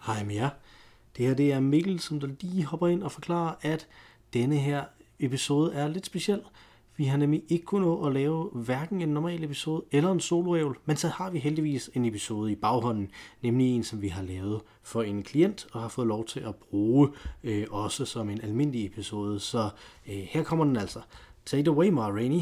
Hej med jer. Det her det er Mikkel, som der lige hopper ind og forklarer, at denne her episode er lidt speciel. Vi har nemlig ikke kunnet nå at lave hverken en normal episode eller en soloævl, men så har vi heldigvis en episode i baghånden, nemlig en, som vi har lavet for en klient og har fået lov til at bruge også som en almindelig episode. Så her kommer den altså. Take it away, Ma Rainey.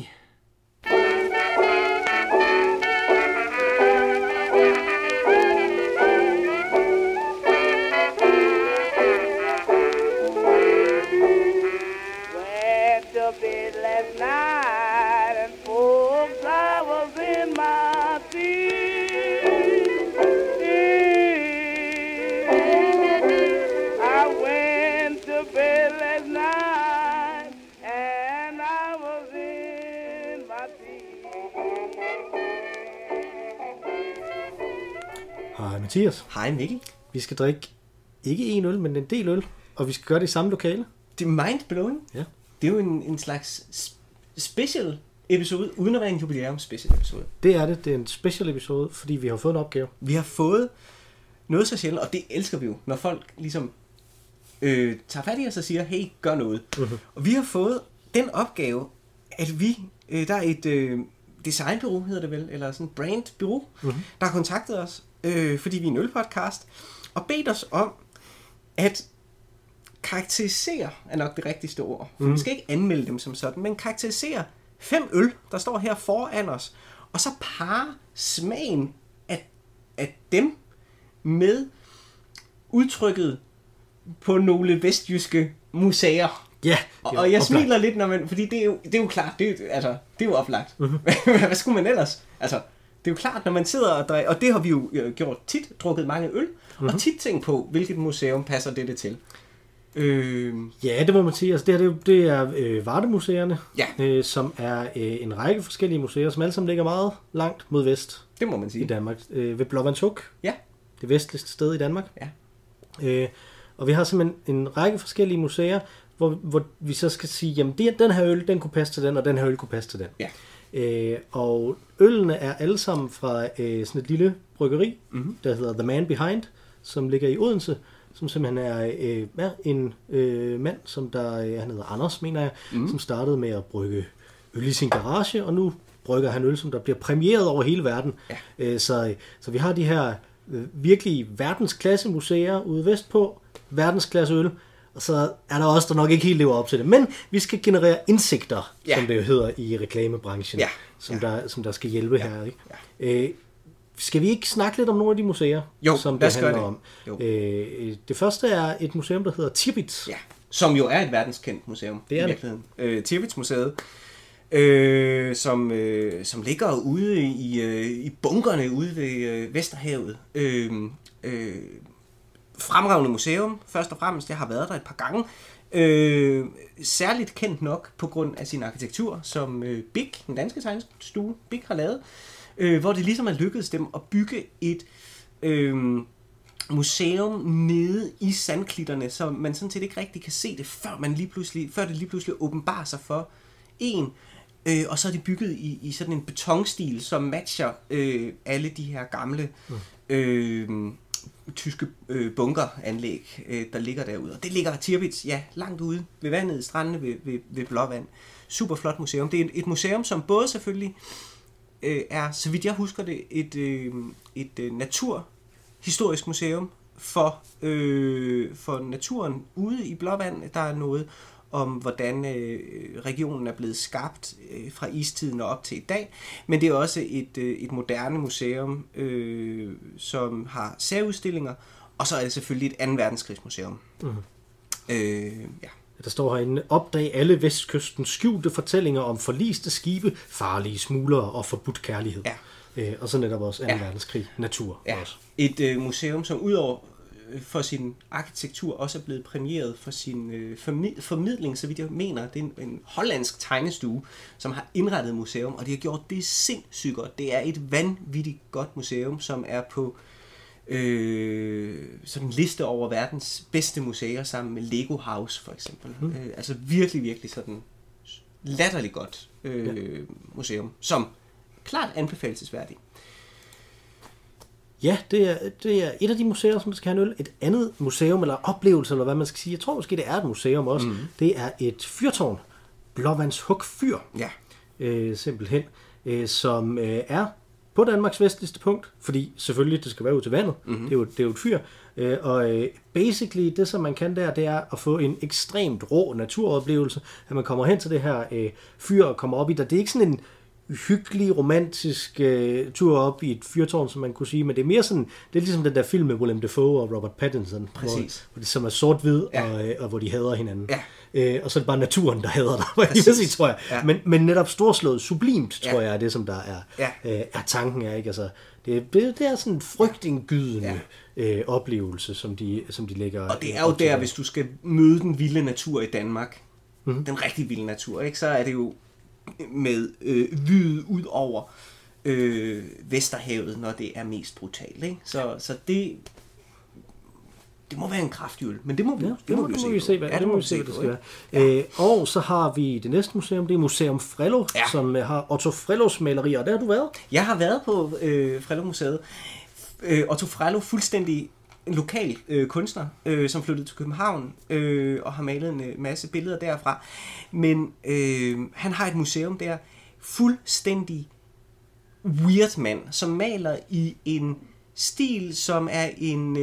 Hej Mathias. Hej Mikkel. Vi skal drikke ikke en øl, men en del øl, og vi skal gøre det i samme lokale. Det er mindblowing. Ja. Det er jo en slags special episode, uden at være en jubilæum special episode. Det er det. Det er en special episode, fordi vi har fået en opgave. Vi har fået noget så sjældent, og det elsker vi jo, når folk ligesom tager fat i os og siger, hey, gør noget. Uh-huh. Og vi har fået den opgave, at vi, der er et designbureau, hedder det vel, eller sådan et brandbureau, uh-huh, der har kontaktet os, fordi vi er en ølpodcast, og bedt os om at karakterisere, er nok det rigtigste ord. For vi skal ikke anmelde dem som sådan, men karakterisere 5 øl, der står her foran os, og så parre smagen af dem med udtrykket på nogle vestjyske museer. Ja, og jeg smiler lidt, fordi det er jo klart, det er jo oplagt. Hvad skulle man ellers? Altså, det er jo klart, når man sidder og drikker, og det har vi jo gjort tit, drukket mange øl, og tit tænkt på, hvilket museum passer dette til. Ja, det må man sige. Altså, det er Vardemuseerne, ja, som er en række forskellige museer, som alle sammen ligger meget langt mod vest. Det må man sige. I Danmark. Ved Blåvandshuk, ja, det vestligste sted i Danmark. Ja. Og vi har simpelthen en række forskellige museer, hvor vi så skal sige, jamen den her øl, den kunne passe til den, og den her øl kunne passe til den. Ja. Og ølene er alle sammen fra sådan et lille bryggeri, der hedder The Man Behind, som ligger i Odense, som simpelthen er en mand, som han hedder Anders, mener jeg, som startede med at brygge øl i sin garage, og nu brygger han øl, som der bliver præmieret over hele verden. Ja. Så vi har de her virkelig verdensklasse museer ude vestpå, verdensklasse øl, og så er der også der nok ikke helt lever op til det. Men vi skal generere indsigter, som det jo hedder i reklamebranchen, som der skal hjælpe her. Ikke? Ja. Skal vi ikke snakke lidt om nogle af de museer, som det handler om? Det første er et museum, der hedder Tirpitz. Ja, som jo er et verdenskendt museum. Det er det. Tirpitz-museet, som ligger ude i bunkerne ude ved Vesterhavet. Fremragende museum, først og fremmest. Jeg har været der et par gange. Særligt kendt nok på grund af sin arkitektur, som Big, den danske tegnestue, Big har lavet. Hvor det ligesom er lykkedes dem at bygge et museum nede i sandklitterne, så man sådan set ikke rigtig kan se det, før det lige pludselig åbenbarer sig for en. Og så er det bygget i sådan en betonstil, som matcher alle de her gamle tyske bunkeranlæg, der ligger derude. Og det ligger Tirpitz, langt ude ved vandet, i strandene ved Blåvand. Super flot museum. Det er et museum, som både selvfølgelig er, så vidt jeg husker det, et naturhistorisk museum for naturen ude i Blåvand. Der er noget om, hvordan regionen er blevet skabt fra istiden og op til i dag. Men det er også et moderne museum, som har særudstillinger, og så er det selvfølgelig et 2. verdenskrigsmuseum. Der står herinde, opdag alle vestkystens skjulte fortællinger om forliste skibe, farlige smuglere og forbudt kærlighed. Ja. Og så netop også 2. verdenskrig, natur også. Et museum, som udover for sin arkitektur også er blevet præmieret for sin formidling, så vidt jeg mener. Det er en hollandsk tegnestue, som har indrettet museum, og de har gjort det sindssygt godt. Det er et vanvittigt godt museum, som er på sådan en liste over verdens bedste museer, sammen med Lego House for eksempel. Altså virkelig, virkelig sådan latterligt godt museum, som klart anbefalelsesværdig. Ja, det er et af de museer, som skal have en øl. Et andet museum, eller oplevelse, eller hvad man skal sige. Jeg tror måske, det er et museum også. Det er et fyrtårn. Blåvandshuk Fyr. Ja. Simpelthen. Som er på Danmarks vestligste punkt. Fordi selvfølgelig, det skal være ud til vandet. Det er jo et fyr. Og basically, det som man kan der, det er at få en ekstremt rå naturoplevelse. At man kommer hen til det her fyr og kommer op i der. Det er ikke sådan en hyggelig, romantisk tur op i et fyrtårn, som man kunne sige, men det er mere sådan, det er ligesom den der film med Willem Dafoe og Robert Pattinson, hvor det, som er sort-hvid, og hvor de hader hinanden. Ja. Og så er det bare naturen, der hader dig, tror jeg. Ja. Men netop storslået, sublimt, tror jeg, er det, som der er tanken af, ikke? Altså, det er sådan en frygtindgydende oplevelse, som de lægger. Og det er jo der, hvis du skal møde den vilde natur i Danmark, den rigtig vilde natur, ikke? Så er det jo med vyet ud over Vesterhavet, når det er mest brutalt, ikke? Så det må være en kraftjul, men det må vi se, hvad det skal være. Og så har vi det næste museum, det er Museum Frello, som har Otto Frellos malerier, og der har du været? Jeg har været på Frello-museet. Otto Frello, fuldstændig en lokal kunstner, som flyttede til København og har malet en masse billeder derfra. Men han har et museum der, fuldstændig weird mand, som maler i en stil, som er en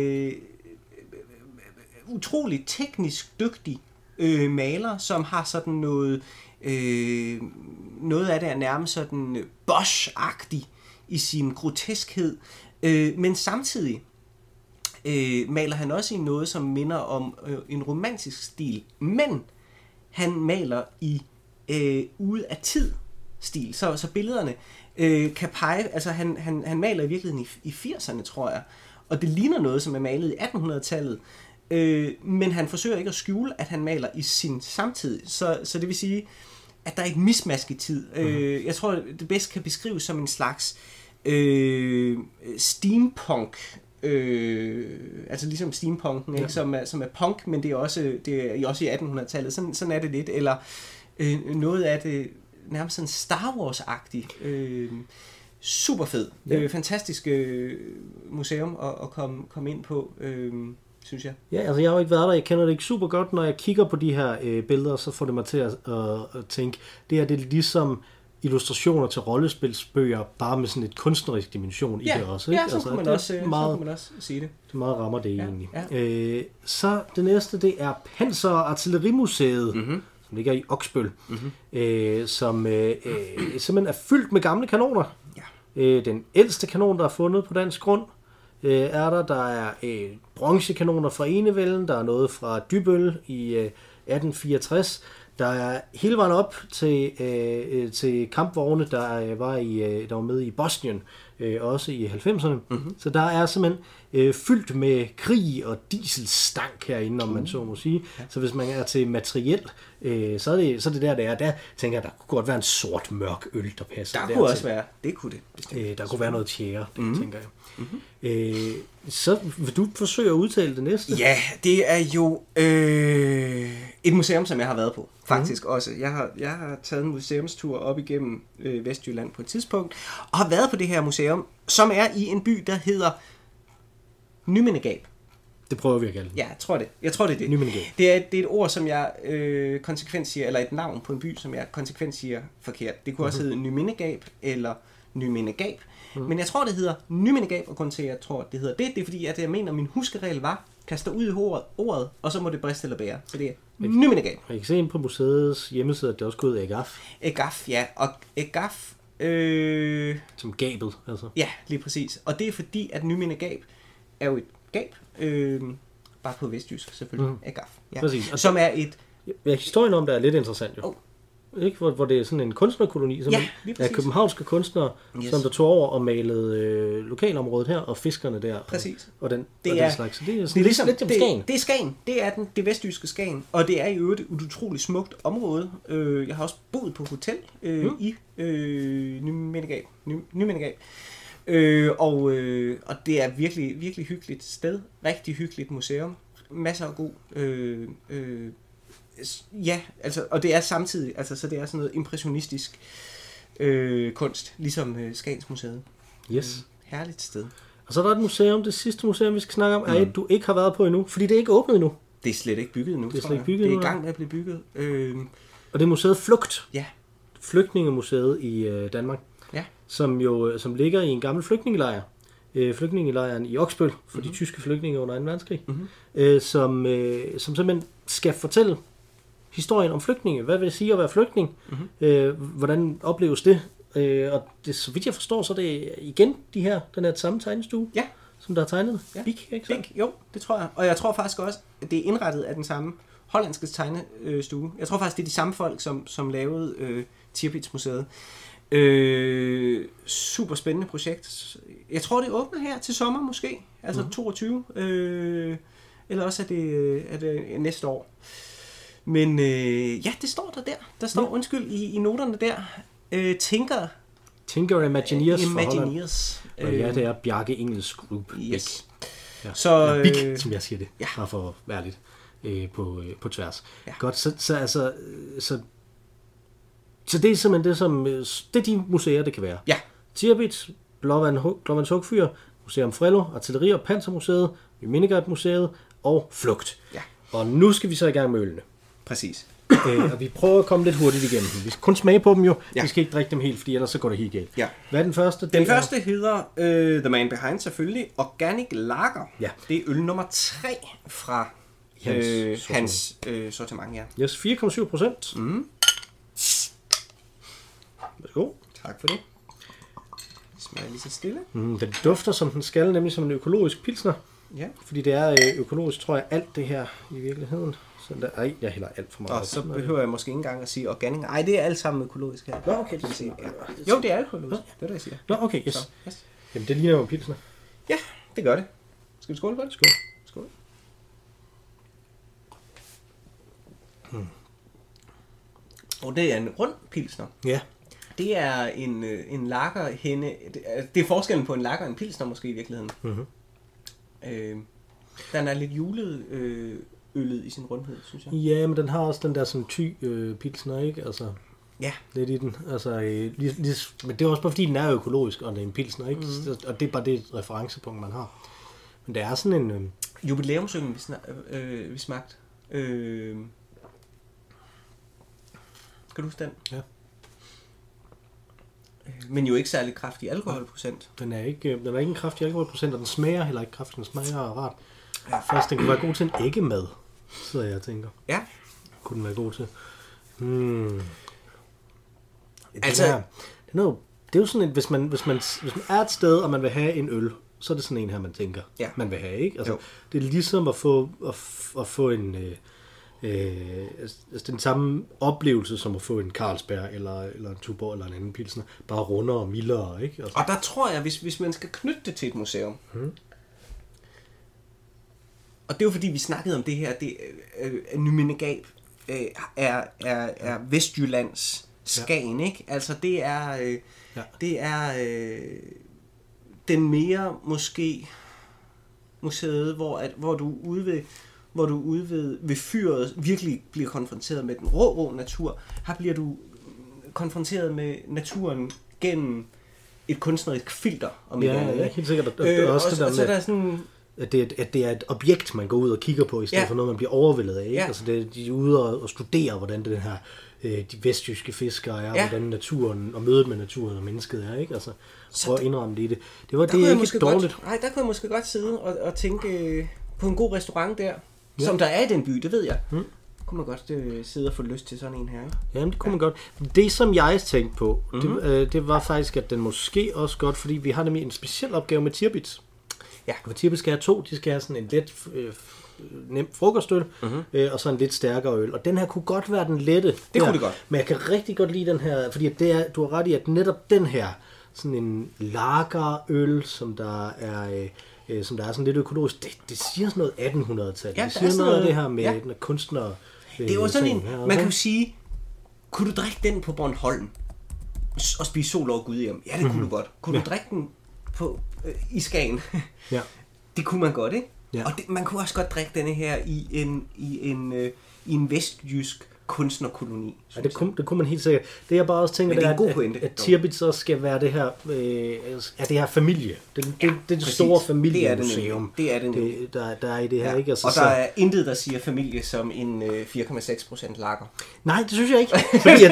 utrolig teknisk dygtig maler, som har sådan noget af det er nærmest sådan Bosch-agtig i sin groteskhed, men samtidig maler han også i noget, som minder om en romantisk stil, men han maler i ude af tid stil, så billederne kan pege, altså han maler i virkeligheden i 80'erne, tror jeg, og det ligner noget, som er malet i 1800-tallet, men han forsøger ikke at skjule, at han maler i sin samtid, så det vil sige, at der er et mismask i tid. Jeg tror, det bedst kan beskrives som en slags steampunk, altså ligesom steampunken, ikke? Som er punk, men det er også i 1800-tallet. Sådan er det lidt, eller noget af det nærmest sådan Star Wars-agtigt. Super fed. Fantastisk museum at komme ind på, synes jeg. Ja, altså jeg har jo ikke været der, jeg kender det ikke super godt. Når jeg kigger på de her billeder, så får det mig til at tænke, det er ligesom illustrationer til rollespilsbøger, bare med sådan et kunstnerisk dimension i det også. Ikke? Ja, så kunne man også sige det. Det meget rammer det egentlig. Ja. Så det næste, det er Panser- og Artillerimuseet, som ligger i Oksbøl, som simpelthen er fyldt med gamle kanoner. Ja. Den ældste kanon, der er fundet på dansk grund, der er bronzekanoner fra Enevælden, der er noget fra Dybøl i 1864, der er hele vejen op til kampvogne, der var med i Bosnien, også i 90'erne. Så der er simpelthen fyldt med krig og dieselstank herinde, om man så må sige. Ja. Så hvis man er til materiel, så er det der, det er. Der tænker jeg, der kunne godt være en sort, mørk øl, der passer. Der kunne også være. Det kunne det. Der kunne være noget tjære, tænker jeg. Så vil du forsøge at udtale det næste? Ja, det er jo et museum, som jeg har været på, faktisk også. Jeg har taget en museumstur op igennem Vestjylland på et tidspunkt, og har været på det her museum, som er i en by, der hedder Nymindegab. Det prøver vi at kalde. Ja, jeg tror det er det. Nymindegab. Det er et ord, som jeg konsekvent siger, eller et navn på en by, som jeg konsekvent siger forkert. Det kunne også hedde Nymindegab, eller Nymindegab. Men jeg tror, det hedder Nymindegab, og grunden til, at jeg tror, det hedder det er fordi, at jeg mener, at min huskeregel var, kaster ud i ordet, og så må det briste eller bære. Så det er Nymindegab. Jeg kan se ind på museets hjemmeside, at det også går ud af Egaf. Egaf, ja. Og Egaf... Som gabet, altså. Ja, lige præcis. Og det er fordi, at Nymindegab er jo et gab, bare på vestjysk selvfølgelig. Egaf. Ja. Præcis. Og som er et... Ja, historien om det er lidt interessant jo. Ikke? Hvor det er sådan en kunstnerkoloni, som er københavnske kunstnere, som der tog over og malede lokalområdet her, og fiskerne der. Præcis. Og den slags. Så det er ligesom, lidt Skagen. Det er Skagen. Det er det vestjyske Skagen. Og det er i øvrigt et utroligt smukt område. Jeg har også boet på hotel i Nymindegab. Og det er virkelig, virkelig hyggeligt sted. Rigtig hyggeligt museum. Masser af god... ja, altså, og det er samtidig, altså, så det er sådan noget impressionistisk kunst, ligesom Skagensmuseet. Yes. Herligt sted. Og så er der et museum, det sidste museum, vi skal snakke om, er et, du ikke har været på endnu, fordi det er ikke åbnet endnu. Det er slet ikke bygget endnu, Det er slet ikke bygget Det er endnu, i gang med at blive bygget. Og det er museet Flugt. Ja. Flygtningemuseet i Danmark. Ja. Som ligger i en gammel flygtningelejr. Flygtningelejren i Oksbøl for de tyske flygtninge under 2. verdenskrig. Som simpelthen skal fortælle historien om flygtninge. Hvad vil det sige at være flygtning? Hvordan opleves det? Og det, så vidt jeg forstår, så er det igen den her samme tegnestue, som der er tegnet. Ja. Big, ikke så? Big, jo, det tror jeg. Og jeg tror faktisk også, at det er indrettet af den samme hollandske tegnestue. Jeg tror faktisk, det er de samme folk, som lavede Tirpitz-museet. Super spændende projekt. Jeg tror, det åbner her til sommer måske. Altså 22. Eller også er det næste år. Men ja, det står der. Der står, undskyld, i noterne der. Tinker Imagineers for Holland. Imagineers. Og ja, det er Bjarke Ingels Group. Yes. Ja. Så, Big, som jeg siger det. Ja. Bare for at være lidt på tværs. Ja. Godt, så det er simpelthen det, som... Det er de museer, det kan være. Ja. Tirpitz, Blåvands Hugfyr, Museum Frello, Artilleri- og Pansermuseet, Minegard-museet og Flugt. Ja. Og nu skal vi så i gang med ølene. Præcis. Og vi prøver at komme lidt hurtigt igennem dem. Vi skal kun smage på dem jo. Ja. Vi skal ikke drikke dem helt, fordi ellers så går det helt galt. Ja. Hvad er den første? Den første hedder The Man Behind selvfølgelig. Organic Lager. Ja. Det er øl nummer 3 fra hans sortiment. Ja. Yes, 4,7%. Værsgo. Tak for det. Smager lige så stille. Den dufter som den skal, nemlig som en økologisk pilsner. Ja. Fordi det er økologisk, tror jeg, alt det her i virkeligheden. Så der, jeg hælder alt for meget. Og så behøver jeg måske ikke engang at sige organic. Nej, det er alt sammen økologisk her. Nå, okay. Det ja. Jo, det er økologisk. Det er det, jeg siger. Nå, okay, yes. Så, yes. Jamen, det ligner jo en pilsner. Ja, det gør det. Skal vi skåle for det? Skål. Skål. Og det er en rund pilsner. Ja. Det er en lager henne. Det er forskellen på en lager og en pilsner måske i virkeligheden. Den er lidt julet øllet i sin rundhed, synes jeg. Ja, men den har også den der sådan pilsner, ikke? Altså, ja. Lidt i den. Altså, men det er også bare fordi, den er økologisk, og det er en pilsner, ikke? Og det er bare det referencepunkt, man har. Men det er sådan en... Jubilæumsølen, vi smagte. Skal du huske den? Ja. Men jo ikke særlig kraftig alkoholprocent. Den er ikke en kraftig alkoholprocent, og den smager heller ikke kraftigt. Den smager rart. Ja. Faktisk, den kunne være god til en æggemad, så jeg tænker. Ja. Kunne den være god til. Altså... Det er jo sådan, at hvis man er et sted, og man vil have en øl, så er det sådan en her, man tænker, man vil have, ikke? Altså, det er ligesom at få en... den samme oplevelse som at få en Carlsberg eller en Tuborg eller en anden pilsner, bare rundere og mildere, ikke? Altså. Og der tror jeg, hvis man skal knytte det til et museum, og det er jo fordi vi snakkede om det her, det Nymindegab er Vestjyllands Skagen, ikke? Altså det er den mere måske museet, hvor du ude ved fyret virkelig bliver konfronteret med den rå natur. Her bliver du konfronteret med naturen gennem et kunstnerisk filter. Ja, helt sikkert. Også det der med, der er sådan... at det er et objekt, man går ud og kigger på, i stedet for noget, man bliver overvældet af. Ikke? Ja. Altså de er ude og studere, hvordan det her, de vestjyske fiskere er, hvordan naturen og mødet med naturen og mennesket er. Ikke? Altså, prøv at indrømme det i det. Det er ikke dårligt. Nej, der kunne jeg måske godt sidde og tænke på en god restaurant der, som der er i den by, det ved jeg. Kunne man godt sidde og få lyst til sådan en her, ikke? Jamen, det kunne man godt. Det, som jeg tænkte på, det var faktisk, at den måske også godt, fordi vi har nemlig en speciel opgave med Tirpitz. Ja. Og Tirpitz skal have 2, de skal have sådan en let, nem frokostøl, og så en lidt stærkere øl. Og den her kunne godt være den lette. Det kunne det godt. Men jeg kan rigtig godt lide den her, fordi du har ret i, at netop den her, sådan en lagerøl, som der er sådan lidt økologisk, det siger sådan noget 1800-tal. Ja, det siger noget af det her med den kunstner. Det er jo sådan en, man kan jo sige, kunne du drikke den på Bornholm og spise sol over Gudhjem? Ja, det kunne du godt. Kunne du drikke den i Skagen? Ja. Det kunne man godt, ikke? Ja. Og man kunne også godt drikke denne her i en vestjysk kunstnerkoloni. Ja, det kunne man helt sikkert. Det jeg bare også tænker, det er at Tirpitz også skal være det her, det her familie. Det er det store familiemuseum. Det er det. Der er i det her, ikke? Altså, og der er intet, der siger familie som en 4,6% lager. Nej, det synes jeg ikke. Fordi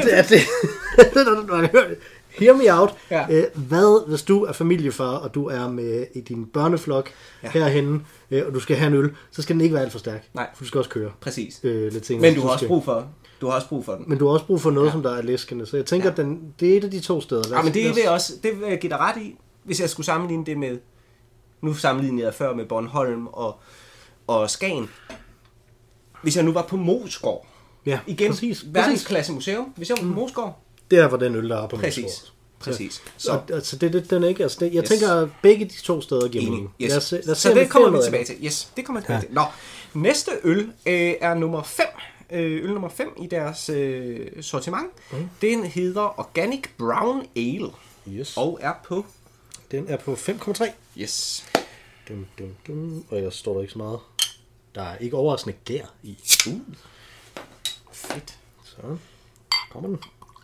hear me out. Ja. Hvad, hvis du er familiefar, og du er med i din børneflok herhenne, og du skal have en øl, så skal den ikke være alt for stærk. Nej. For du skal også køre. Præcis. Lidt ting, men du har også brug for den. Men du har også brug for noget, som der er læskende. Så jeg tænker, at det er et af de to steder. Ja, men det vil jeg give dig ret i, hvis jeg skulle sammenligne det med, nu sammenlignede jeg før med Bornholm og Skagen. Hvis jeg nu var på Moesgaard, igen, verdensklasse museum, hvis jeg var på Moesgaard, der var den øl, der er på Moesgaard. Præcis. Så altså den er ikke. Altså jeg tænker, at begge de to steder giver mening. Yes. Så det kommer vi tilbage til. Yes, det kommer tilbage til. Nå, næste øl er nummer 5. Øl nummer 5 i deres sortiment. Den hedder Organic Brown Ale. Yes. Og er på... Den er på 5,3. Yes. Og der står der ikke så meget. Der er ikke overraskende gær i. Fedt. Så kommer den.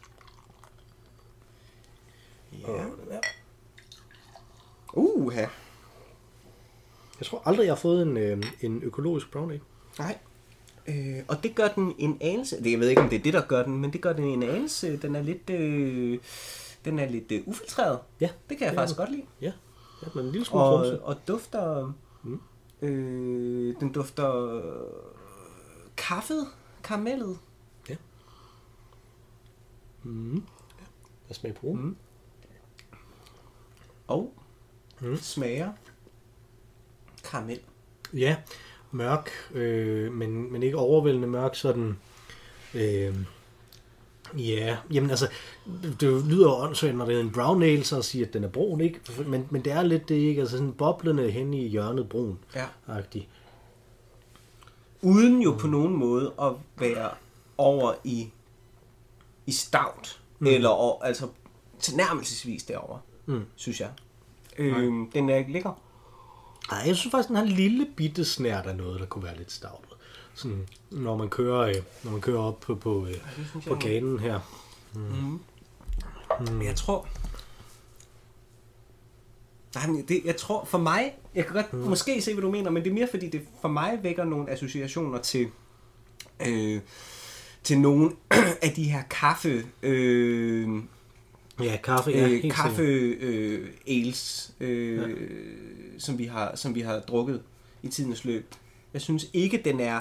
Ja. Ja. Jeg tror aldrig, jeg har fået en økologisk brown ale. Nej. Og det gør den en anelse. Jeg ved ikke, om det er det, der gør den, men det gør den en anelse. Den er lidt ufiltreret. Ja. Det kan jeg faktisk godt lide. Ja. Men en lille smule og dufter... den dufter kaffet, karamellet. Ja. Jeg smager på. Og smager karamel. Ja, mørk, men ikke overvældende mørk, sådan... jamen altså, det lyder åndssvagt, når det er en brown ale, så at sige, at den er brun, ikke? Men det er lidt det, ikke? Altså sådan boblende hen i hjørnet brun. Ja. Uden jo på nogen måde at være over i stout, eller altså tilnærmelsesvis derover, synes jeg. Den er lækker. Nej, jeg synes faktisk, den har en lille bitte snært af noget, der kunne være lidt stout. Sådan, når man kører op på kanen her. Jeg tror... jeg tror for mig... Jeg kan godt måske se, hvad du mener, men det er mere fordi, det for mig vækker nogle associationer til nogle af de her kaffe... ales, som vi har drukket i tidens løb. Jeg synes ikke, den er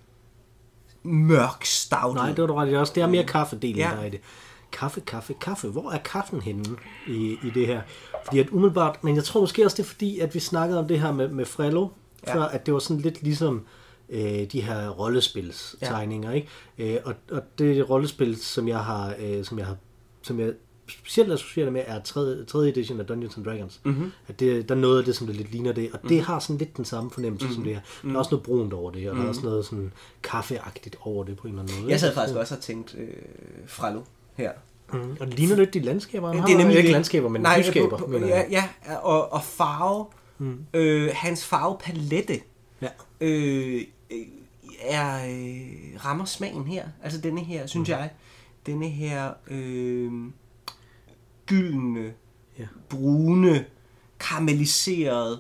mørk stout. Nej, det var du ret i også. Det er mere kaffedelen, der er i det. Kaffe. Hvor er kaffen henne i det her? Fordi at umiddelbart, men jeg tror måske også, det er fordi, at vi snakkede om det her med Frello, før, at det var sådan lidt ligesom de her rollespilstegninger, ikke? Og det rollespil, som jeg specielt associerer med, er 3. edition af Dungeons & Dragons. At der er noget af det, som det lidt ligner det. Og det har sådan lidt den samme fornemmelse som det her. Der er også noget brunt over det, og der er også noget sådan kaffeagtigt over det på en eller anden måde. Jeg sad faktisk også og tænkt Frello her. Og det ligner lidt de landskaber. Det er nemlig ikke landskaber, men byskaber. Og farve. Hans farvepalette rammer smagen her. Altså denne her, synes jeg. Denne her gyldne, brune, karamelliseret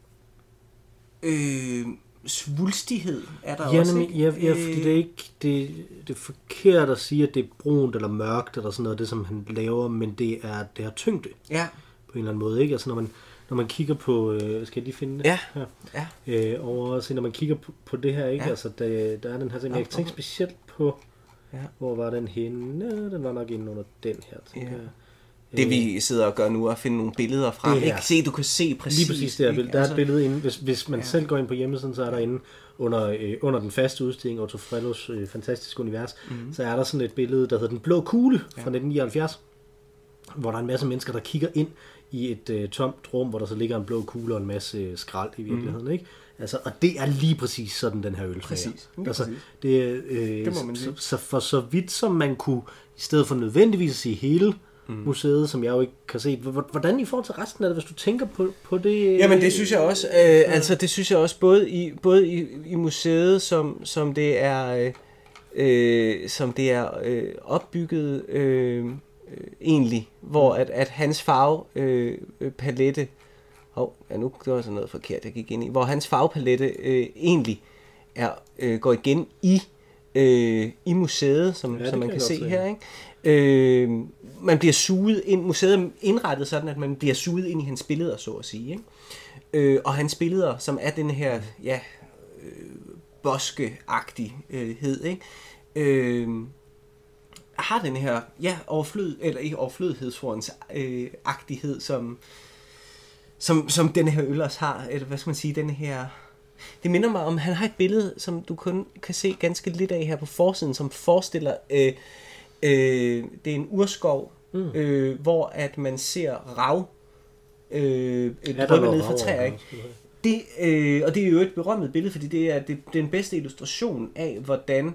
svulstighed er der også, ikke? Ja, fordi det er ikke det er forkert at sige, at det er brunt eller mørkt eller sådan noget, det som han laver, men det har tyngde på en eller anden måde, ikke? Altså når man kigger på, skal jeg lige finde det her? Og så når man kigger på det her, ikke? Altså der er den her ting, jeg tænker specielt på, hvor var den henne? Den var nok inde under den her, tænker jeg. Det vi sidder og gør nu er at finde nogle billeder frem. Ikke? Du kan se præcis. Lige præcis det her. Der er et billede inde. Hvis man selv går ind på hjemmesiden, så er der inde under den faste udstilling Otto Frellos fantastiske univers, så er der sådan et billede, der hedder Den Blå Kugle fra 1979, hvor der er en masse mennesker, der kigger ind i et tomt rum, hvor der så ligger en blå kugle og en masse skrald i virkeligheden, ikke? Altså, og det er lige præcis sådan, den her øl smager. Præcis. Altså, det må man sige. Så for så vidt som man kunne, i stedet for nødvendigvis at sige hele museet, som jeg jo ikke kan se. Hvordan i forhold til resten af det, hvis du tænker på det? Jamen det synes jeg også. Altså det synes jeg også både i museet, som det er som det er opbygget egentlig, hvor at hans farvepalette, nu gør jeg sådan noget forkert, jeg gik ind i, hvor hans farvepalette egentlig går igen i museet, som man kan se her, ikke? Man bliver suget ind, museet er indrettet sådan, at man bliver suget ind i hans billeder, så at sige, ikke? Og hans billeder, som er den her, boskeagtighed, ikke? Har den her, ikke overflødighedsforens agtighed, som denne her øl også har, eller hvad skal man sige, denne her. Det minder mig om, han har et billede, som du kun kan se ganske lidt af her på forsiden, som forestiller, det er en urskov, hvor at man ser rav drømme ned fra træer, ikke? Og det er jo et berømmet billede, fordi det er den bedste illustration af, hvordan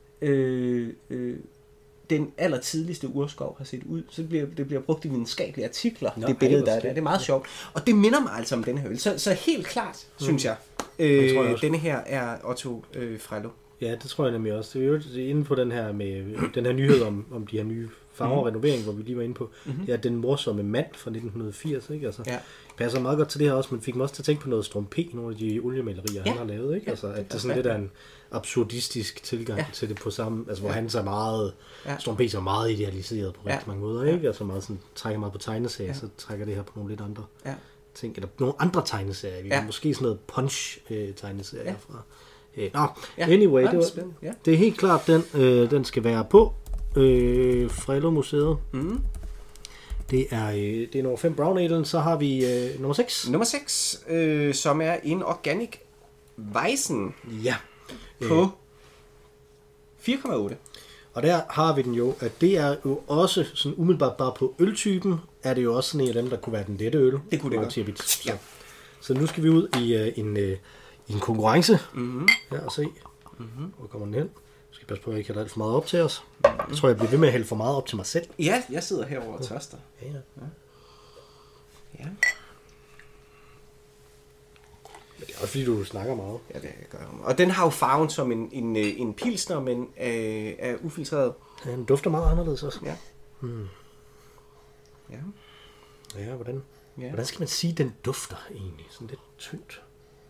den allertidligste urskov har set ud. Så det bliver brugt i videnskabelige artikler, det billede, der er der. Det er meget sjovt. Og det minder mig altså om denne her øl. Så helt klart, synes jeg, denne her er Otto Frello. Ja, det tror jeg nemlig også. Det er jo inde på den her med den her nyhed om de her nye farver og renovering, hvor vi lige var inde på. Ja, den morsomme mand fra 1980, ikke? Altså, passer meget godt til det her også, men fik mig også til at tænke på noget Storm P, nogle af de oliemalerier, han har lavet, ikke? Altså, at det er sådan lidt af en absurdistisk tilgang til det på samme, altså hvor han så meget, Storm P så meget idealiseret på rigtig mange måder, ikke? Altså meget sådan, trækker meget på tegneserier, så trækker det her på nogle lidt andre ting, eller nogle andre tegneserier, måske sådan noget punch-tegneserier fra. Anyway, det er helt klart, den skal være på Frello Museet. Det er nummer 5 Brown Ale, så har vi nummer 6. Nummer 6, som er en Organic Weizen. Ja. På 4,8. Og der har vi den jo, at det er jo også sådan umiddelbart bare på øltypen, er det jo også sådan en af dem, der kunne være den lette øl. Det kunne det godt. Ja. Så nu skal vi ud i en konkurrence. Ja, og se, hvor kommer den hen. Jeg skal passe på, at jeg ikke har alt for meget op til os. Jeg tror, jeg bliver ved med at hælde for meget op til mig selv. Ja, jeg sidder herovre og tørster. Ja. Men det er også fordi, du snakker meget. Ja, det gør jeg. Og den har jo farven som en pilsner, men er ufiltreret. Ja, den dufter meget anderledes også. Ja. Ja, hvordan skal man sige, den dufter egentlig? Sådan lidt tyndt.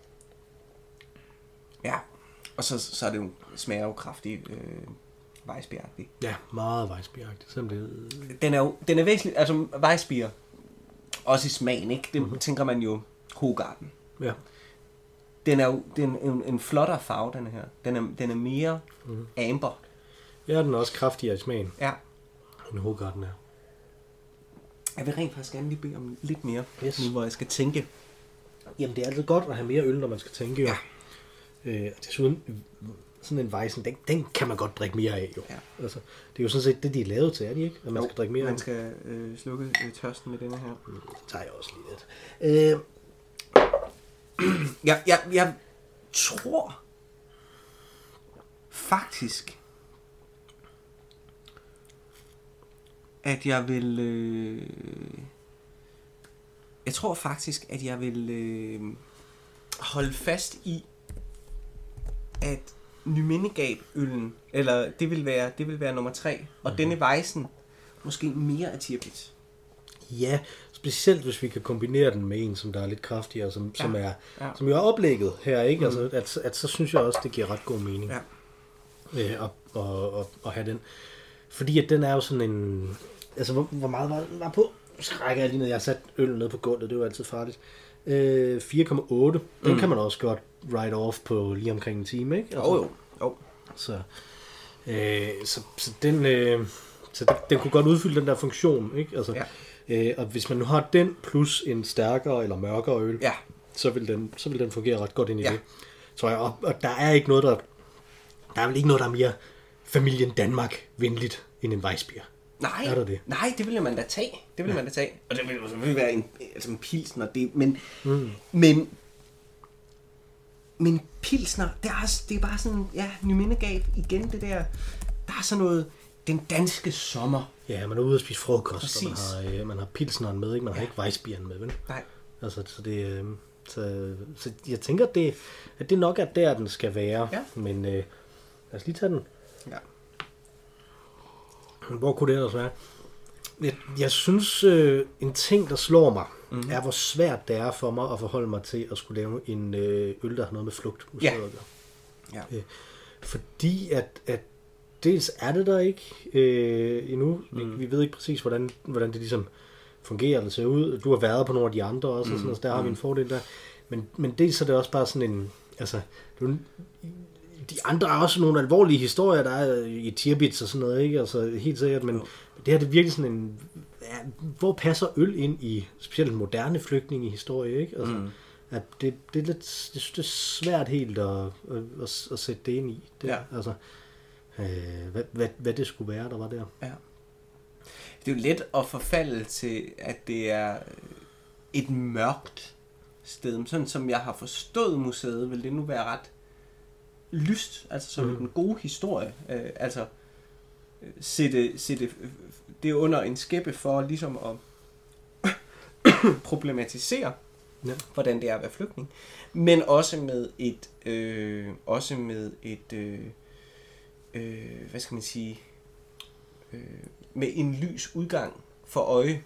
Ja, og så er det jo, smager jo kraftigt Weissbier-agtigt. Ja, meget Weissbier-agtigt. Den er væsentligt, altså Weissbier, også i smagen, ikke? Det tænker man jo Hogarten. Ja. Den er jo en flottere farve, den her. Den er mere amber. Ja, den er også kraftigere i smagen. Ja. End Hogarten er. Jeg vil rent faktisk gerne lige bede om lidt mere, nu hvor jeg skal tænke. Jamen, det er altid godt at have mere øl, når man skal tænke. Jo. Ja. Desuden, sådan en Weizen, den kan man godt drikke mere af, jo. Ja. Altså, det er jo sådan set det, de er lavet til, er de ikke? At man skal drikke mere af. Man skal slukke tørsten med denne her. Det tager jeg også lige lidt. Jeg tror faktisk, at jeg vil... Jeg tror faktisk, at jeg vil holde fast i, at Nymindegab-øllen, eller det vil være nummer 3, og denne Weizen måske mere af Tirpitz. Ja, specielt hvis vi kan kombinere den med en, som der er lidt kraftigere, som jo er oplægget her, ikke? Altså, at så synes jeg også, det giver ret god mening at have den. Fordi at den er jo sådan en... Altså, hvor meget var på? Så rækker jeg lige ned. Jeg har sat øllen ned på gulvet, det er jo altid farligt. 4,8. Den kan man også godt write off på lige omkring en time, ikke? Altså, jo. Så den kunne godt udfylde den der funktion, ikke? Altså, og hvis man nu har den plus en stærkere eller mørkere øl, så vil den fungere ret godt ind i det, tror jeg. Og der er ikke noget, der er vel ikke noget, der er mere familien Danmark venligt end en Weissbier. Nej, er der det? Nej, det ville man da tage. Og det ville være en pilsner, men pilsner, det er bare sådan, Nymindegab igen, det der, der er sådan noget, den danske sommer. Ja, man er ude at spise frokost, og man har pilsneren med, ikke? Man har ikke Weissbieren med, vel? Nej. Altså, så jeg tænker, at det nok er der, den skal være. Ja. Men lad os lige tage den. Ja. Hvor kunne det ellers være? Jeg synes, en ting, der slår mig, er, hvor svært det er for mig at forholde mig til at skulle lave en øl, der har noget med flugt. Ja. Ja. Fordi at dels er det der ikke endnu. Vi ved ikke præcis, hvordan det ligesom fungerer eller ser ud. Du har været på nogle af de andre også, og sådan, så der har vi en fordel der. Men dels er det også bare sådan en... Altså, de andre er også nogle alvorlige historier, der er i Tirpitz og sådan noget, ikke? Altså, helt sikkert, men det her det er virkelig sådan en... Ja, hvor passer øl ind i specielt en moderne flygtningehistorie, ikke? Altså, at det er lidt... Det er svært helt at sætte det ind i. Det, altså, hvad det skulle være, der var der. Ja. Det er jo let at forfalde til, at det er et mørkt sted. Sådan som jeg har forstået museet, vil det nu være ret lyst, altså som en god historie. Altså sætte det under en skæppe for ligesom at problematisere, hvordan det er at være flygtning. Men også med et hvad skal man sige, med en lys udgang for øje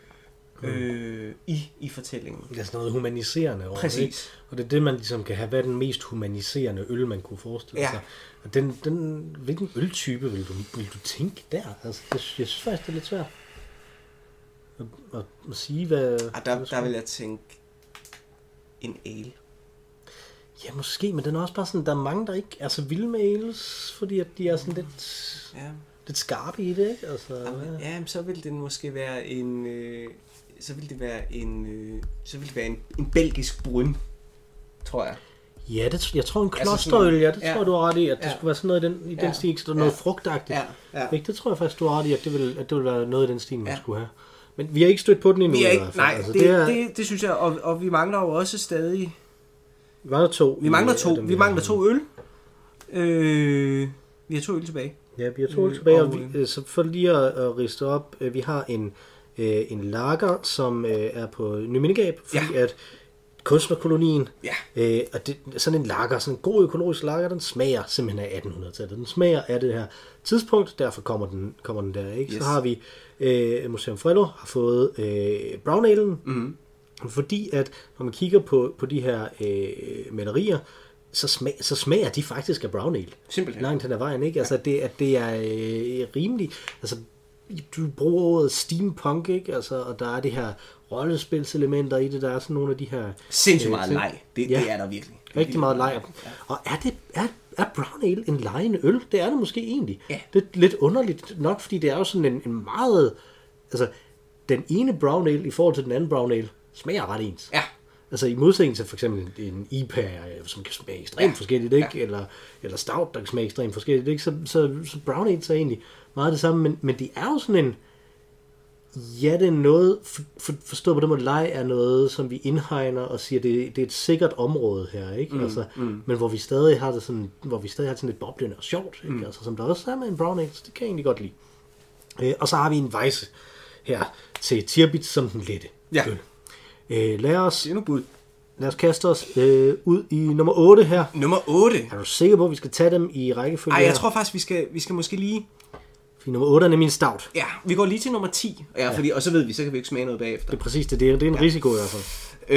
i fortællingen. Det er sådan noget humaniserende over. Præcis. Ikke? Og det er det, man ligesom kan have. Hvad er den mest humaniserende øl, man kunne forestille sig? Og hvilken øltype vil du tænke der? Altså, jeg synes faktisk, det er lidt svært at sige, hvad... Der vil jeg tænke en ale. Ja, måske, men den er også bare sådan, der er mange, der ikke er så vilde med ales, fordi at de er sådan lidt skarpe i det, ikke? Altså, ja, så vil det måske være en belgisk brun, tror jeg. Ja, jeg tror en klosterøl, det tror jeg, du har ret i, at det skulle være sådan noget i den stil, så noget frugtagtigt. Ikke? Det tror jeg faktisk, du har ret i, at det vil være noget i den stil, man skulle have. Men vi har ikke stødt på den endnu. Nej, altså, det synes jeg, og vi mangler jo også stadig... Vi mangler to øl. Vi har 2 øl tilbage. Ja, vi har 2 øl tilbage, og så for lige at riste op, vi har en lager, som er på Nymindegab, fordi at kunstnerkolonien, og det, sådan en lager, sådan en god økologisk lager, den smager simpelthen af 1800-tallet. Den smager af det her tidspunkt, derfor kommer den der, ikke? Yes. Så har vi Museum Frello har fået brown alen, fordi at når man kigger på de her malerier, så smager de faktisk af brown ale. Simpelthen. Langt hen ad vejen, ikke? Altså, det er rimelig... Altså, du bruger ordet steampunk, ikke? Altså, og der er det her rollespilselementer i det, der er sådan nogle af de her... Sindssygt meget leg. Det er der virkelig. Rigtig meget leg. Ja. Og er brown ale en legende øl? Det er det måske egentlig. Ja. Det er lidt underligt nok, fordi det er jo sådan en meget... Altså, den ene brown ale i forhold til den anden brown ale smager ret ens. Ja. Altså i modsætning til for eksempel en IPA, som kan smage ekstremt forskelligt, ikke? Eller stout, der kan smage ekstremt forskelligt, ikke? Så brown ale er egentlig meget det samme, men det er jo sådan en... Ja, det er noget... Forstået på den måde, leg er noget, som vi indhegner og siger, det er et sikkert område her, ikke? Men hvor vi stadig har det sådan... Hvor vi stadig har sådan lidt boblende og sjovt, ikke? Altså, som der også er med en brown ale, så det kan jeg egentlig godt lide. Og så har vi en Weisse her til Tirpitz som den lette øl. Lad os kaste os ud i nummer 8 her. Nummer 8? Er du sikker på, at vi skal tage dem i rækkefølge? Nej, jeg tror faktisk, vi skal måske lige... Fordi nummer 8 er nemlig en stout. Ja, vi går lige til nummer 10. Ja, fordi, og så ved vi, så kan vi ikke smage noget bagefter. Det er præcis det. Det er en risiko i hvert fald.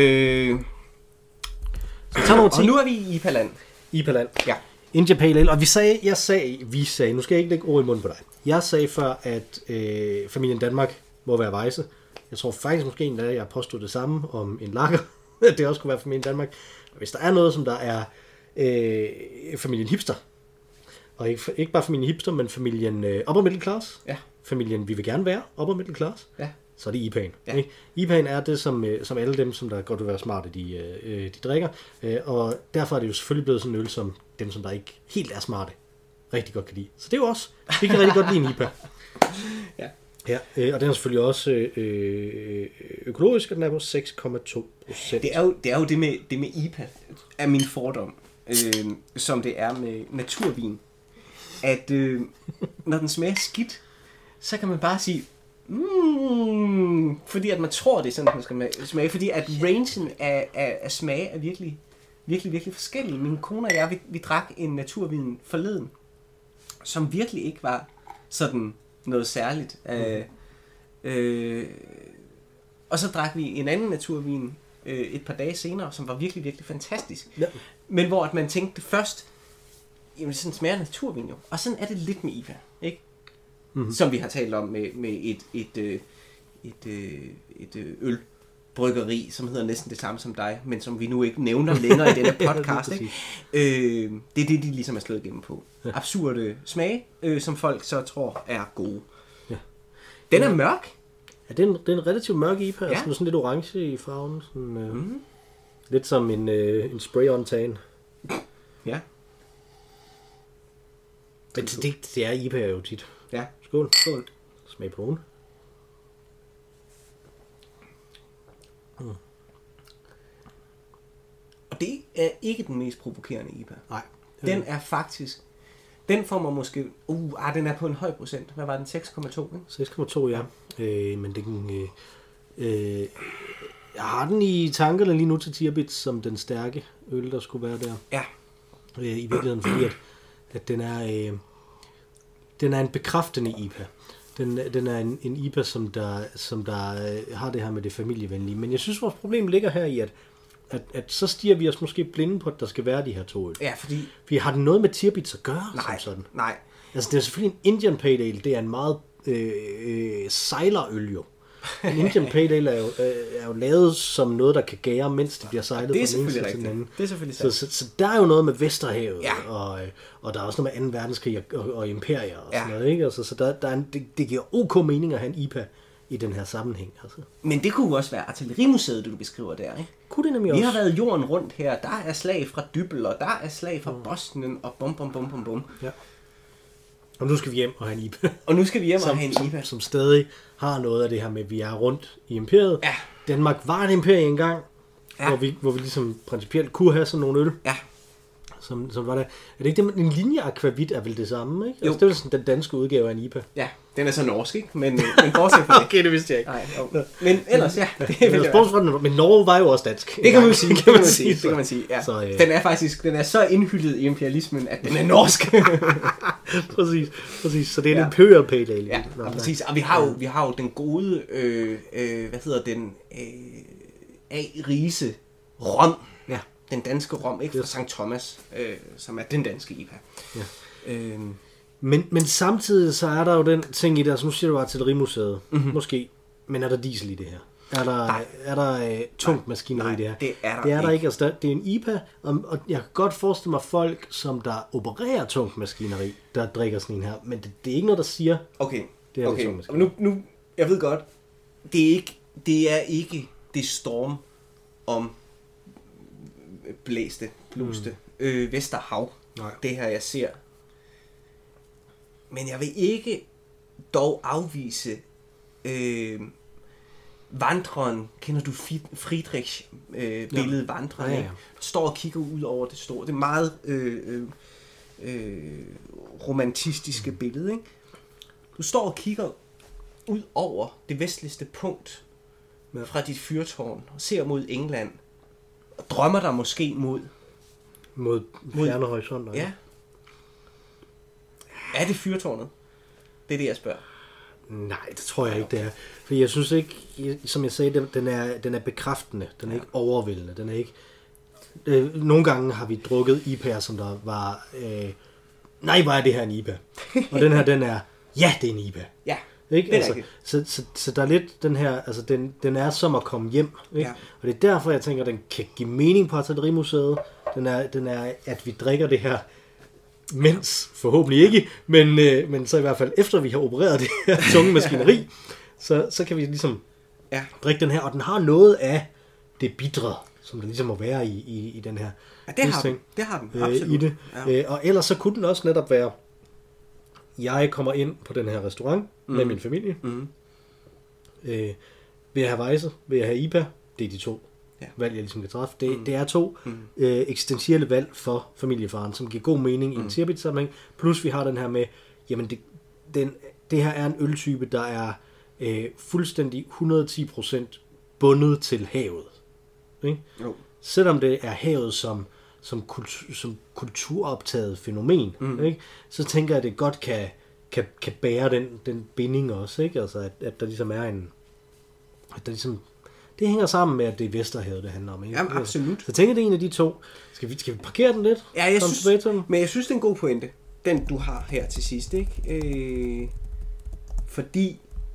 Så vi tager nummer 10. Og nu er vi i IPA-land. IPA-land. Ja. India Pale Ale. Og vi sagde, nu skal jeg ikke lægge ord i munden på dig. Jeg sagde før, at familien Danmark må være Weisse. Jeg tror faktisk måske en dag, jeg påstod det samme om en lager, at det også kunne være familien Danmark. Og hvis der er noget, som der er familien Hipster, og ikke bare familien Hipster, men familien upper middle class, familien Vi vil gerne være upper middle class, så er det IPA'en. Ja. IPA'en er det, som alle dem, som der godt vil være smarte, de drikker. Og derfor er det jo selvfølgelig blevet sådan en øl, som dem, som der ikke helt er smarte, rigtig godt kan lide. Så det er jo også. Vi kan rigtig godt lide en IPA. Ja. Ja, og den er selvfølgelig også økologisk, og den er på 6,2%. Det er jo det med IPA, er min fordom, som det er med naturvin. At når den smager skidt, så kan man bare sige, fordi at man tror, det er sådan, den skal smage. Fordi at rangen af smage er virkelig, virkelig, virkelig forskellig. Min kone og jeg, vi drak en naturvin forleden, som virkelig ikke var sådan noget særligt. Og så drak vi en anden naturvin et par dage senere, som var virkelig, virkelig fantastisk. Ja. Men hvor at man tænkte først, jamen sådan smager naturvin jo. Og sådan er det lidt med IPA, ikke? Mm-hmm. Som vi har talt om med et ølbryggeri, som hedder næsten det samme som dig, men som vi nu ikke nævner længere i denne podcast. Ikke? Det er det, de ligesom er slået igennem på. Ja. Absurde smage, som folk så tror er gode. Ja. Den er mørk. Ja, det er en relativt mørk IPA, ja. Sådan lidt orange i farven. Sådan, lidt som en spray-on-tan. Ja. Men det er IPA jo tit. Ja. Skål. Skål. Smag på den. Og det er ikke den mest provokerende IPA. Nej. Den er faktisk... Den får man måske... den er på en høj procent. Hvad var den? 6,2, ikke? 6,2, ja. Men jeg har den i tankerne lige nu til Tirpitz som den stærke øl, der skulle være der. Ja. I virkeligheden, fordi at den er en bekræftende IPA. Den er en IPA, som der har det her med det familievenlige. Men jeg synes, vores problem ligger her i, at så stiger vi os måske blinde på, at der skal være de her to øl. Ja, fordi har den noget med Tirpitz at gøre? Nej, som sådan? Nej. Altså, det er selvfølgelig en Indian Pale Ale. Det er en meget sejlerøl jo. En Indian Pale Ale er jo lavet som noget, der kan gære, mens det bliver sejlet fra den ene til den anden. Det er selvfølgelig rigtigt. Så der er jo noget med Vesterhavet, ja. og der er også noget med 2. verdenskrig og imperier og sådan noget. Ikke? Altså, så det giver ok mening at have en IPA i den her sammenhæng. Altså. Men det kunne jo også være Artillerimuseet, du beskriver der, ikke? Kunne det nemlig Vi også. har været jorden rundt her. Der er slag fra Dybbel, og der er slag fra Bosnien, og bum. Ja. Og nu skal vi hjem og have en IPA. Som stadig har noget af det her med, at vi er rundt i imperiet. Ja. Danmark var et imperie engang, hvor vi ligesom principielt kunne have sådan nogle øl. Ja. Som var der. Er det ikke det, en linje akvavit er vel det samme, ikke? Altså, det er vel sådan den danske udgave af en IPA. Ja, den er så norsk, ikke? Men bortset fra det. Okay, det vidste jeg ikke. Nej, men ellers, ja. Men Norge var jo også dansk. Det kan man sige. Ja. Så, den er så indhyllet i imperialismen, at den er norsk. præcis. Så det er en imperial pale ale. Ja, præcis. Og vi har jo den gode, A-rise rom. Ja. Den danske rom, ikke? Fra St. Thomas, som er den danske IPA. Ja. Men samtidig så er der jo den ting i det, altså nu siger du Artillerimuseet, måske, men er der diesel i det her? Er der tungt maskineri i det her? Det er der ikke. Altså, det er en IPA, og jeg kan godt forestille mig folk, som der opererer tungt maskineri, der drikker sådan en her, men det er ikke noget, der siger, okay. Det er tungt maskineri. Nu, jeg ved godt, det er ikke det storm om bluste Vesterhav. Nej. Det her, jeg ser. Men jeg vil ikke dog afvise Vandreren. Kender du Friedrichs billede Vandreren? Ja. Står og kigger ud over det store. Det er meget romantistiske billede. Ikke? Du står og kigger ud over det vestligste punkt fra dit fyrtårn og ser mod England. Og drømmer dig måske mod fjerne horisonter. Ja. Er det fyrtårnet? Det er det, jeg spørger. Nej, det tror jeg ikke, det er. For jeg synes ikke, som jeg sagde, den er bekræftende. Den er ikke overvældende. Den er ikke... nogle gange har vi drukket IPA'er, som der var... nej, hvor er det her en IPA? Og den her, den er... Ja, det er en IPA. Ja, ikke? Altså, så der er lidt den her... Altså, den er som at komme hjem. Ikke? Ja. Og det er derfor, jeg tænker, at den kan give mening på Artillerimuseet. Den er, at vi drikker det her... Mens, forhåbentlig ikke, men så i hvert fald efter vi har opereret det her tunge maskineri, så kan vi ligesom drikke den her, og den har noget af det bitre, som der ligesom må være i den her. Ja, det har den, absolut. I det. Ja. Og ellers så kunne den også netop være, jeg kommer ind på den her restaurant med min familie, vil jeg have Weisse, vil jeg have IPA, det er de to valg, jeg ligesom kan træffe. Det er to eksistentielle valg for familiefaren, som giver god mening i en Tirpitz-sammenhæng. Plus vi har den her med, jamen det her er en øltype, der er fuldstændig 110% bundet til havet. Ikke? Jo. Selvom det er havet, som som kulturoptaget fænomen, ikke? Så tænker jeg, at det godt kan bære den binding også, ikke? Altså, at der ligesom er at der ligesom, det hænger sammen med, at det er Vesterhavet, det handler om, ikke? Jamen, absolut. Så jeg tænker, det er en af de to. Skal vi parkere den lidt? Ja, men jeg synes, det er en god pointe, den du har her til sidst, ikke? Fordi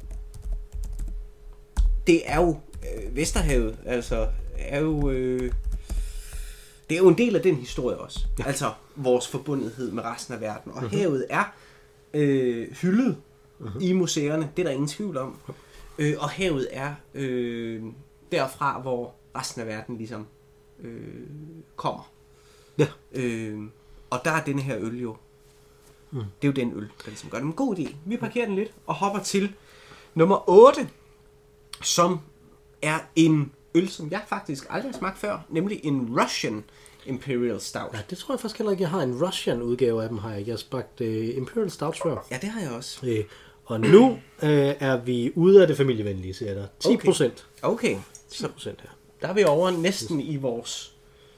det er jo Vesterhavet, altså er jo det er jo en del af den historie også. Ja. Altså vores forbundethed med resten af verden. Og havet er hyldet i museerne, det er der ingen tvivl om. Og havet er derfra, hvor resten af verden ligesom kommer. Ja. Og der er denne her øl jo. Det er jo den øl, der ligesom gør det en god idé. Vi parkerer den lidt og hopper til nummer 8, som er en øl, som jeg faktisk aldrig har smagt før, nemlig en Russian Imperial Stout. Ja, det tror jeg faktisk heller ikke, jeg har en Russian udgave af dem, har jeg ikke. Jeg har smagt Imperial Stout før. Ja, det har jeg også. Og nu er vi ude af det familievenlige, siger jeg der. 10%. Okay. 10% her. Der er vi over næsten i vores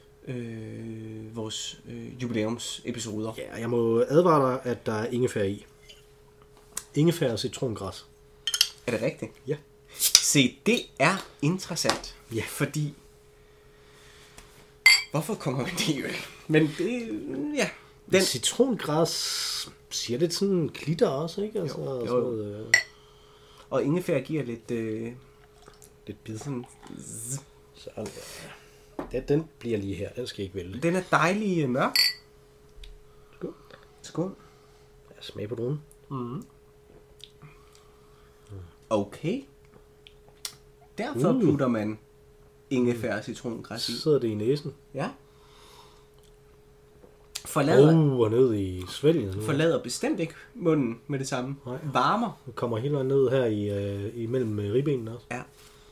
jubilæumsepisoder. Ja, jeg må advare dig, at der er ingefær i. Ingefær og citrongræs. Er det rigtigt? Ja. Se, det er interessant. Ja. Fordi hvorfor kommer vi det i øl? Men det, ja. Den citrongræs siger det sådan glitter også, ikke? Altså, jo. Noget, og ingefær giver lidt bid. Sådan. Så, ja. Den bliver lige her. Den skal ikke vælge. Den er dejlig mørk. Skål. Skål. Ja, smag på druen. Okay. Derfor putter man ingefær og citrongræs i. Så sidder det i næsen. Ja. Og ned i svælgen. Forlader bestemt ikke munden med det samme. Nej. Varmer. Det kommer helt vejen ned her i mellem ribbenene også. Ja.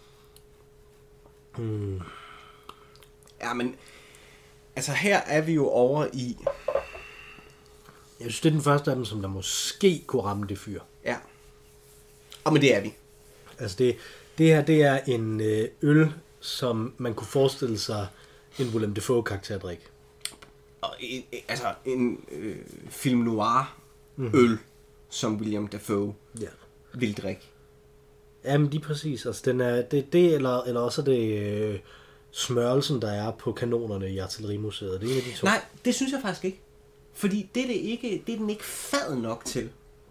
Ja, men altså her er vi jo over i... Jeg synes, det er den første af dem, som der måske kunne ramme det fyr. Ja. Og men det er vi. Altså det her, det er en øl, som man kunne forestille sig en Willem Dafoe-karakterdrik. Og altså en film noir øl, som William Dafoe vil drikke. Jamen lige præcis. Altså den er det eller også er det smørelsen, der er på kanonerne i Artillerimuseet. Det er en af de to. Nej, det synes jeg faktisk ikke. Fordi det er den ikke fad nok til.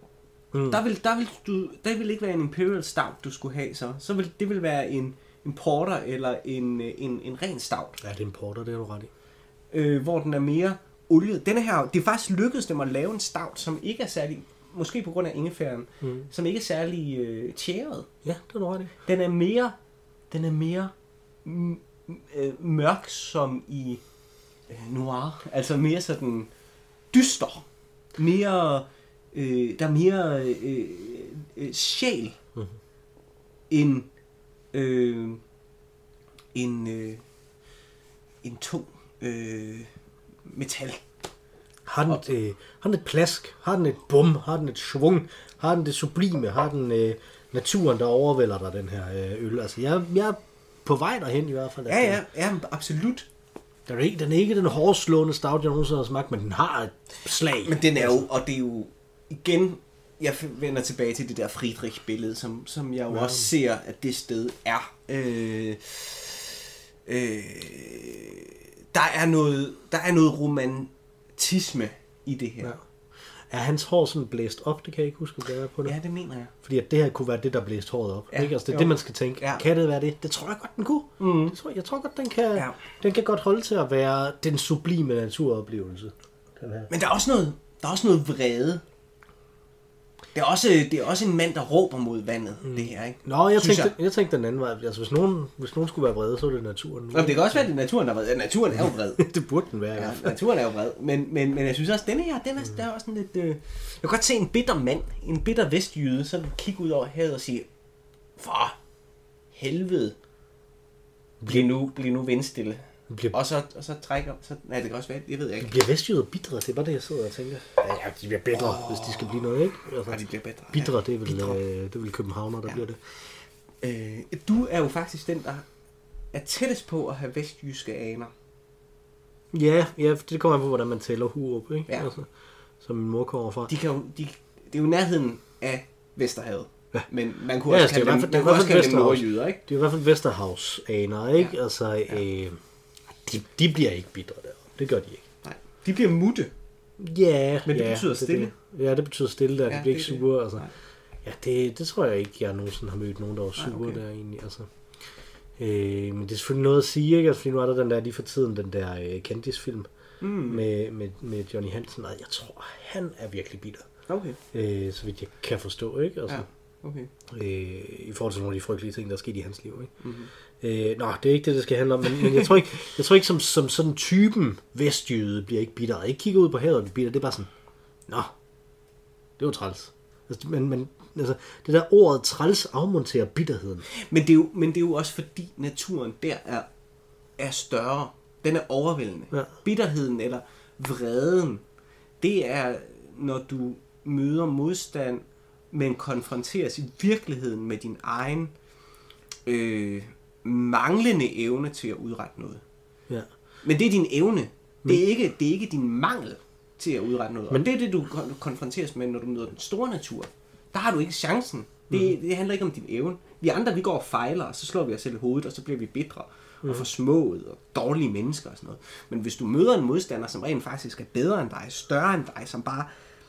Der vil ikke være en Imperial Stout, du skulle have så. Så vil det vil være en porter eller en ren stout. Ja, det er en porter, det er du ret i. Hvor den er mere oliet. Denne her, det er faktisk lykkedes dem at lave en stout, som ikke er særlig, måske på grund af ingefæren, som ikke er særlig tjæret. Ja, det er du ret i. Den er mere mørk som i noir. Altså mere sådan dyster. Mere, der er mere sjæl end en tung metal. Har den et plask? Har den et bum? Har den et svung? Har den det sublime? Har den naturen, der overvælder dig, den her øl? Altså, jeg er på vej derhen i hvert fald. Ja, absolut. Den er ikke den hårdslående stout, jeg nogensinde har smagt, men den har et slag. Men den er jo, og det er jo igen, jeg vender tilbage til det der Friedrich-billede, som jeg jo også ser, at det sted er. Der er noget romantisme i det her. Ja. Er hans hår sådan blæst op? Det kan jeg ikke huske, hvad det er på det. Ja, det mener jeg. Fordi at det her kunne være det, der blæst håret op. Ja, ikke? Altså, det er det, man skal tænke. Ja. Kan det være det? Det tror jeg godt, den kunne. Jeg tror godt, den kan godt holde til at være den sublime naturoplevelse. Den her. Men der er også noget vrede. Det er også en mand, der råber mod vandet, det her, ikke? Nå, jeg tænkte den anden vej. Altså, hvis nogen skulle være vrede, så er det naturen. Nå, det kan også være, at det er naturen, der er vred. Naturen er jo vred. Det burde den være, ja. Naturen er jo vred. Men jeg synes også, denne her, der er også sådan lidt... Jeg kan godt se en bitter mand, en bitter vestjyde, så kigge ud over havet og sige, for helvede, bliv nu vindstille. Og så trækker... Nej, det kan også være, jeg ved ikke. De bliver vestjyder bitre, det er bare det, jeg sidder og tænker. Ja, de bliver bedre, hvis de skal blive noget, ikke? Altså, ja, de bliver bedre. Bitre, det vil københavner, der bliver det. Du er jo faktisk den, der er tættest på at have vestjyske aner. Ja, det kommer an på, hvordan man tæller Hurup, ikke? Ja. Altså, som min mor kommer fra. Det er jo nærheden af Vesterhavet. Ja. Men man kunne Ja, også altså, kalde dem nordjyder, ikke? Det er i hvert fald Vesterhavs-aner, ikke? Ja. Altså, de bliver ikke bitre der. Det gør de ikke. Nej, de bliver mutte. Ja, men det betyder stille. Ja, det betyder stille der. De bliver ikke sure, altså. Nej. Ja, det tror jeg ikke, jeg nogensinde har mødt nogen, der var sure der egentlig, altså. Men det er selvfølgelig noget at sige, ikke? Altså, fordi nu er der den der lige for tiden, den der Candice-film med Johnny Hansen, og jeg tror, han er virkelig bitter. Okay. Så vidt jeg kan forstå, ikke? Altså, ja. Okay. I forhold til nogle af de frygtelige ting, der er sket i hans liv, ikke? Mm-hmm. Nå, det er ikke det skal handle om, men jeg tror ikke som sådan typen vestjyde bliver ikke bitter. Jeg ikke kigger ud på havet og bliver bitter, det er bare sådan, nå, det var træls. Altså, men altså, det der ordet træls afmonterer bitterheden. Men det er jo også fordi naturen der er større. Den er overvældende. Ja. Bitterheden eller vreden, det er, når du møder modstand, men konfronteres i virkeligheden med din egen manglende evne til at udrette noget. Ja. Men det er din evne. Det er ikke din mangel til at udrette noget. Men det er det, du konfronteres med, når du møder den store natur. Der har du ikke chancen. Det handler ikke om din evne. Vi andre, vi går og fejler, og så slår vi os selv i hovedet, og så bliver vi bitre og forsmået og dårlige mennesker og sådan noget. Men hvis du møder en modstander, som rent faktisk er bedre end dig, større end dig, som bare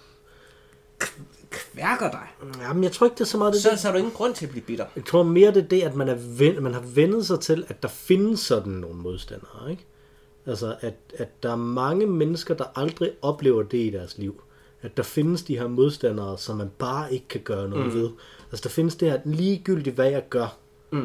kværker dig, jamen, jeg tror ikke, det er så meget det. Så er der ingen grund til at blive bitter. Jeg tror mere, det er det, at man har vendet sig til, at der findes sådan nogle modstandere, ikke? Altså, at der er mange mennesker, der aldrig oplever det i deres liv. At der findes de her modstandere, som man bare ikke kan gøre noget ved. Altså, der findes det her, ligegyldigt hvad jeg gør,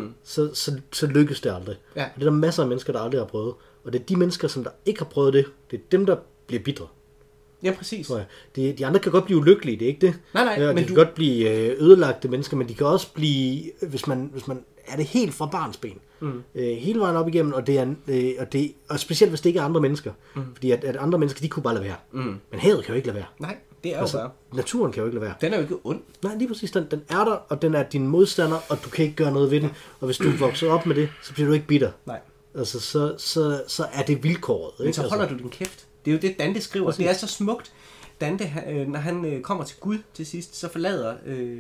så lykkes det aldrig. Ja. Og det er der masser af mennesker, der aldrig har prøvet. Og det er de mennesker, som der ikke har prøvet det, det er dem, der bliver bitre. Ja, præcis. De andre kan godt blive ulykkelige, det er ikke det? Nej, ja, de kan godt blive ødelagte mennesker, men de kan også blive, hvis man er det helt fra barnsben, hele vejen op igennem, og specielt hvis det ikke er andre mennesker. Fordi at andre mennesker, de kunne bare lade være. Men havet kan jo ikke lade være. Nej, det er jo bare. Naturen kan jo ikke lade være. Den er jo ikke ond. Nej, lige præcis. Den er der, og den er din modstander, og du kan ikke gøre noget ved den. Og hvis du vokser op med det, så bliver du ikke bitter. Nej. Altså, så er det vilkåret. Men så holder du din kæft. Det er jo det, Dante skriver. Præcis. Det er så smukt. Dante, når han kommer til Gud til sidst, så forlader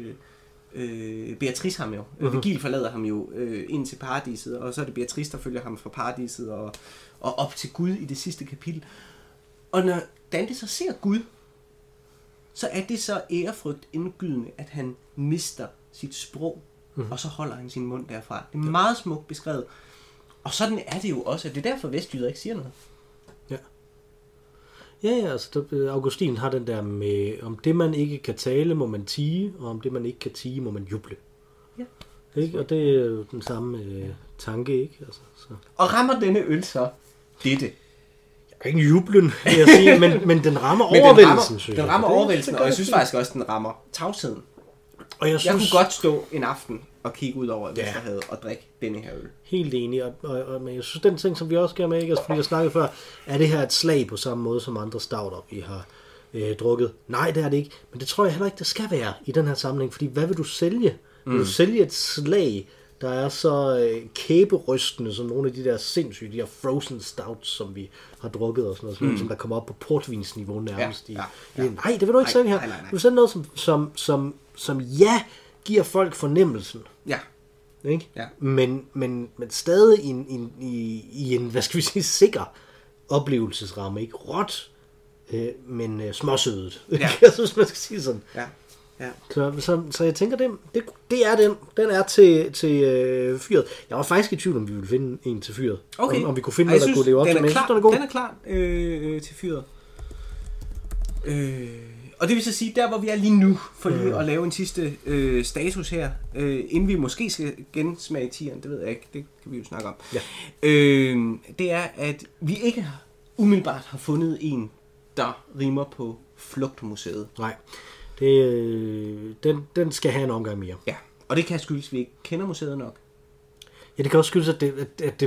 Beatrice ham jo. Virgil forlader ham jo ind til paradiset, og så er det Beatrice, der følger ham fra paradiset og op til Gud i det sidste kapitel. Og når Dante så ser Gud, så er det så ærefrygt indgydende, at han mister sit sprog, og så holder han sin mund derfra. Det er meget smukt beskrevet. Og sådan er det jo også, at det er derfor vestjyder ikke siger noget. Ja. Ja, altså Augustin har den der med, om det man ikke kan tale, må man tie, og om det man ikke kan tie, må man juble. Ja. Ikke? Og det er jo den samme tanke, ikke? Altså, så. Og rammer denne øl så dette? Ikke jublen, vil jeg sige, men den rammer overvældelsen, synes jeg. Den rammer overvældelsen, og jeg synes faktisk også, den rammer tavsheden. Og jeg kunne godt stå en aften og kigge ud over Vesterhavet og drikke denne her øl. Helt enig, men jeg synes, den ting, som vi også gør med, ikke? Altså, fordi jeg snakkede før, er det her et slag på samme måde, som andre stauder, vi har drukket? Nej, det er det ikke, men det tror jeg heller ikke, det skal være i den her sammenhæng, fordi hvad vil du sælge? Vil du sælge et slag, der er så kæberystende, som nogle af de der sindssyge, de her frozen stouts, som vi har drukket og sådan noget, som der kommer op på portvinsniveau nærmest. Ja. Nej, det vil du ikke sælge her. Du vil sælge noget, som giver folk fornemmelsen. Ja. Ikke? Ja. Men stadig i en, hvad skal vi sige, sikker oplevelsesramme. Ikke råt, men småsødet. Ja. Jeg synes, man skal sige sådan. Ja. Ja. Så jeg tænker, det er den. Den er til fyret. Jeg var faktisk i tvivl, om vi ville finde en til fyret. Okay. Om vi kunne finde noget, der kunne leve op til. Men jeg synes, den er god. Den er klar til fyret. Og det vil så sige, der hvor vi er lige nu, for lige at lave en sidste status her, inden vi måske skal gensmage tieren, det ved jeg ikke, det kan vi jo snakke om. Ja. Det er, at vi ikke umiddelbart har fundet en, der rimer på Flugtmuseet. Nej. Den skal have en omgang mere. Ja, og det kan skyldes, at vi ikke kender museet nok. Ja, det kan også skyldes, at det er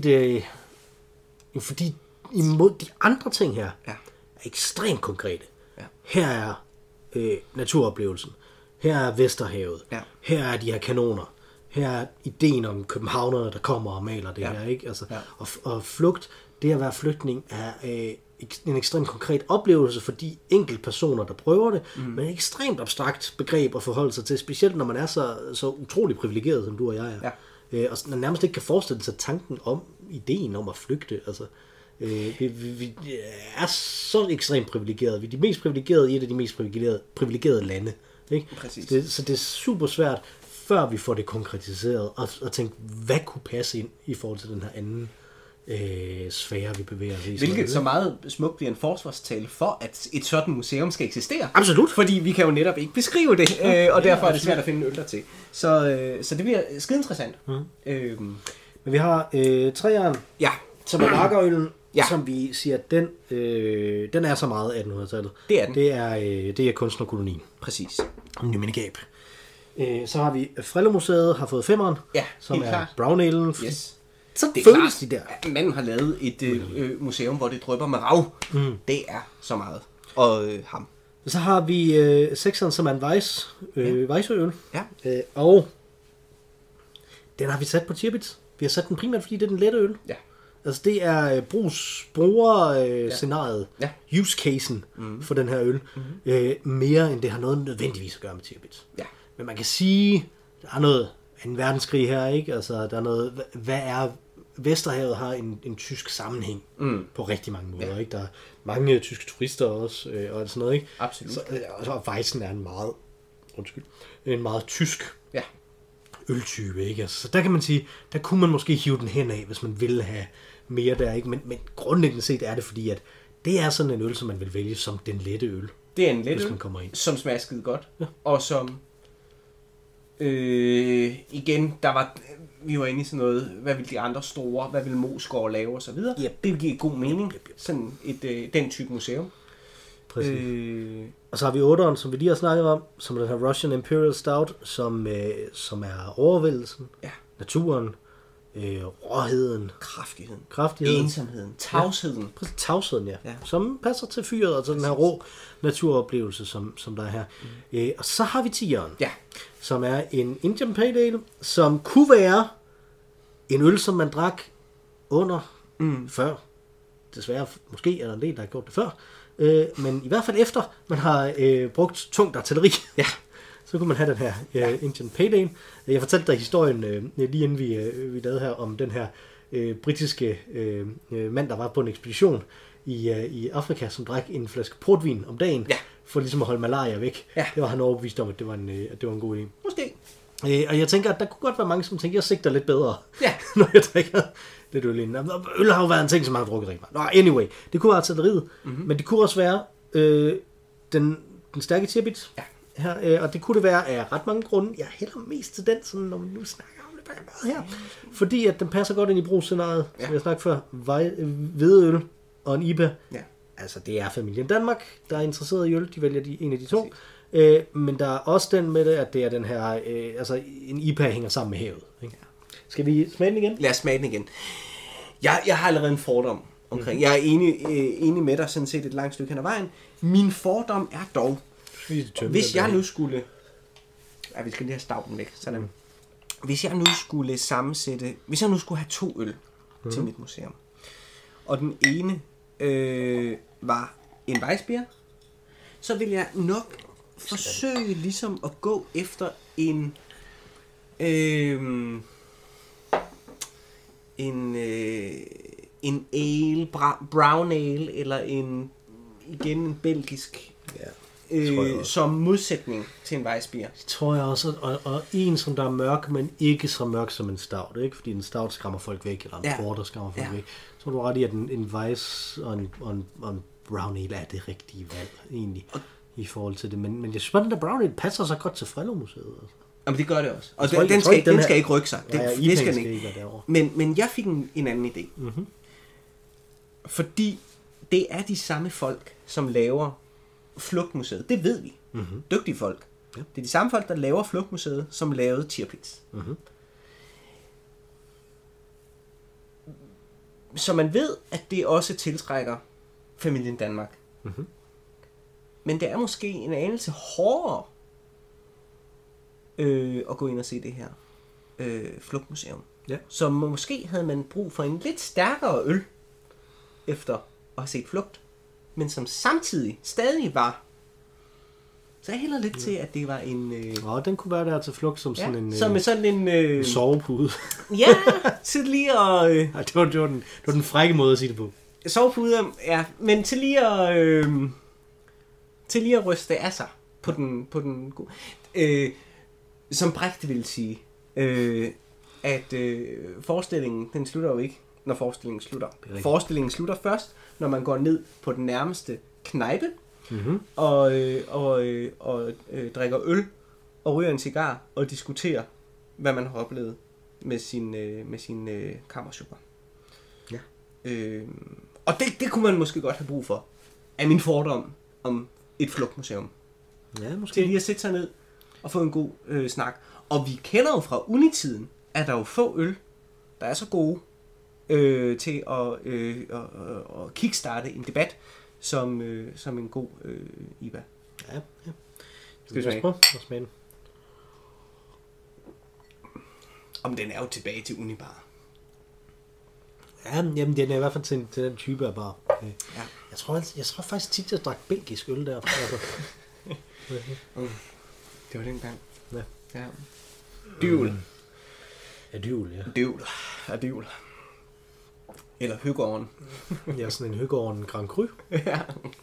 fordi imod de andre ting her er ekstremt konkrete. Ja. Her er naturoplevelsen. Her er Vesterhavet. Ja. Her er de her kanoner. Her er ideen om københavnere, der kommer og maler det her, ikke? Altså, og flugt, det at være flygtning er en ekstremt konkret oplevelse for de enkelte personer, der prøver det, men et ekstremt abstrakt begreb at forholde sig til, specielt når man er så utrolig privilegeret, som du og jeg er. Ja. Og man nærmest ikke kan forestille sig tanken om, ideen om at flygte. Altså, vi er så ekstremt privilegerede. Vi er de mest privilegerede i et af de mest privilegerede lande. Ikke? Så det er super svært, før vi får det konkretiseret, og tænke, hvad kunne passe ind i forhold til den her anden sfære, vi bevæger os i. Hvilket så meget smukt bliver en forsvarstale for, at et sådan museum skal eksistere. Absolut. Fordi vi kan jo netop ikke beskrive det, og derfor er det svært at finde en øl der til. Så det bliver skide interessant. Men vi har træeren, som er lagerøllen, som vi siger, den er så meget 1800-tallet. Det er den. Det er kunstnerkolonien. Præcis. Nymindegab. Så har vi Frellemuseet, har fået 5'eren, som er klart. Brown Alen. Yes. Så det føles de der. Manden har lavet et museum, hvor det drypper med rav. Det er så meget. Og ham. Så har vi 6'eren, som er en Weissøl. Ja. Og den har vi sat på Tirpitz. Vi har sat den primært, fordi det er den lette øl. Ja. Altså det er bruger-scenariet, use-casen for den her øl, mere end det har noget nødvendigvis at gøre med Tirpitz. Ja. Men man kan sige, der er noget en verdenskrig her, ikke? Altså der er noget, hvad er Vesterhavet har en tysk sammenhæng på rigtig mange måder, ikke? Der er mange tyske turister også, og sådan noget, ikke? Absolut. Og Weizen er en meget tysk øltype, ikke? Altså, så der kan man sige, der kunne man måske hive den hen af, hvis man ville have mere der, ikke? Men grundlæggende set er det fordi, at det er sådan en øl, som man vil vælge som den lette øl. Det er en lette øl, som smager skide godt, og som igen, vi var inde i sådan noget, hvad vil de andre store, hvad vil Moesgaard lave og så videre. Det vil give god mening, sådan den type museum. Og så har vi 8'eren, som vi lige har snakket om, som er den her Russian Imperial Stout, som er overvældelsen, naturen, råheden, kraftigheden, ensomheden, tavsheden. Tavsheden, som passer til fyret og til den her rå naturoplevelse, som der er her. Og så har vi 10'eren, som er en Indian Pale Ale, som kunne være en øl, som man drak under før. Desværre, måske er der en del, der har gjort det før. Men i hvert fald efter man har brugt tungt artilleri, så kunne man have den her Indian Pale Ale. Jeg fortalte dig historien lige inden vi lavede her om den her britiske mand, der var på en ekspedition i Afrika, som drak en flaske portvin om dagen, for ligesom at holde malaria væk. Det var han overbevist om, at det var en god idé. Måske. Og jeg tænker, at der kunne godt være mange, som tænker, at jeg sigter lidt bedre, når jeg drikker lidt øl inden. Øl har jo været en ting, som man har drukket rigtig meget. Nå, anyway, det kunne være artilleriet, men det kunne også være den stærke Tirpitz her, og det kunne det være af ret mange grunde. Jeg hælder mest til den, sådan, når vi nu snakker om det her, fordi at den passer godt ind i brugsscenariet, som jeg snakkede før, hvedeøl og en IPA. Altså, det er familien Danmark, der er interesseret i øl, de vælger en af de to. Men der er også den med det, at det er den her, altså en IPA hænger sammen med havet. Ikke? Skal vi smage den igen? Lad os smage den igen. Jeg har allerede en fordom omkring. Jeg er enig med dig sådan set et langt stykke hen ad vejen. Min fordom er dog, hvis jeg nu skulle... Ja, vi skal lige have stavten væk. Sådan. Hvis jeg nu skulle sammensætte... Hvis jeg nu skulle have 2 øl til mit museum, og den ene var en Weissbier, så vil jeg nok forsøge ligesom at gå efter en ale, brown ale, eller en belgisk, som modsætning til en Weissbier. Det tror jeg også, og en som der er mørk, men ikke så mørk som en stout, ikke? Fordi en stout skræmmer folk væk, eller en porter skræmmer folk væk. Så du ret i, at en Weiss og en brown ale er det rigtige valg, egentlig, i forhold til det. Men jeg synes bare, den der brown ale passer så godt til Frellemuseet. Altså. Jamen det gør det også. Og den skal ikke rykke sig. Det skal den ikke. Men jeg fik en anden idé. Fordi det er de samme folk, som laver Flugtmuseet. Det ved vi. Dygtige folk. Det er de samme folk, der laver Flugtmuseet, som lavede Tirpitz. Så man ved, at det også tiltrækker familien Danmark. Men det er måske en anelse hårdere at gå ind og se det her Flugtmuseum. Så måske havde man brug for en lidt stærkere øl efter at have set Flugt, men som samtidig stadig var. Så jeg hælder lidt til, at det var en... den kunne være der til Flugt som sådan en... som sådan en... sovepude. Ja, til lige at... Det var den frække måde at sige det på. Sovepude, ja, men til lige at ryste af sig på den gode... som Brecht ville sige, at forestillingen, den slutter jo ikke, når forestillingen slutter. Forestillingen slutter først, når man går ned på den nærmeste knejpe, og drikker øl, og ryger en cigar, og diskuterer, hvad man har oplevet med sin kammersuper. Ja. Og det kunne man måske godt have brug for, af min fordom om et Flugtmuseum. Ja, måske. Til lige at sætte sig ned og få en god snak. Og vi kender jo fra unitiden, at der er jo få øl, der er så gode til at kickstarte en debat, som en god IPA. Ja. Skal vi smage? Smage? Om den er jo tilbage til Unibar. Ja, jamen den er i hvert fald til den type af bar. Ja. Jeg tror faktisk tit, jeg drak belgisk øl der. Det var den gang. Ja. Dyvel. Ja, dyvel, ja. Dyvel. Eller Høgården. Ja, sådan en Høgården Grand Cru. Ja.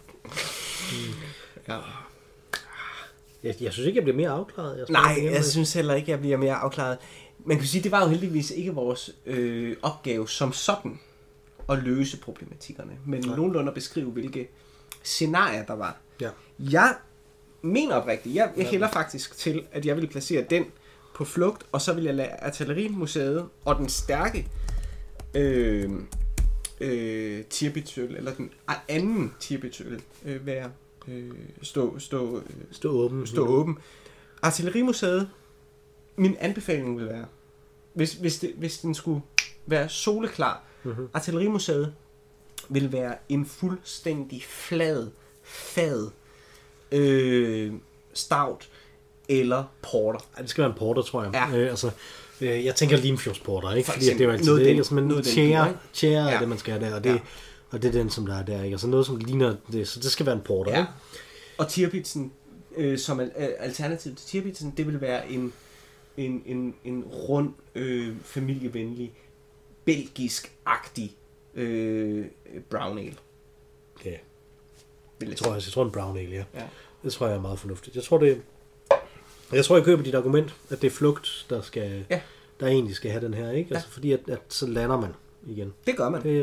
Ja. Jeg synes ikke, jeg bliver mere afklaret. Jeg synes heller ikke, jeg bliver mere afklaret. Man kan sige, det var jo heldigvis ikke vores opgave som sådan at løse problematikkerne, men nogenlunde at beskrive, hvilke scenarier der var. Ja. Jeg mener oprigtigt, jeg hælder faktisk til, at jeg vil placere den på Flugt, og så vil jeg lade Artillerimuseet og den stærke Tirpitz-øl, eller den anden Tirpitz-øl, være stå åben. Artillerimuseet, min anbefaling vil være, hvis den skulle være soleklar, Artillerimuseet vil være en fuldstændig fad stout eller porter. Ja, det skal være en porter, tror jeg. Ja. Jeg tænker Limfjordsporter, ikke? Fordi det er jo altid noget det, ikke? Men tjære er det, man skal have der, og det er den, som der er der, ikke? Altså noget, som ligner det, så det skal være en porter, ikke? Og Tirpitzen, som alternativ til Tirpitzen, det vil være en rund, familievenlig, belgisk-agtig brown ale. Ja. Jeg tror en brown ale, ja. Det tror jeg er meget fornuftigt. Jeg tror, jeg køber dit argument, at det er Flugt, der egentlig skal have den her, ikke? Altså, fordi at så lander man igen. Det gør man.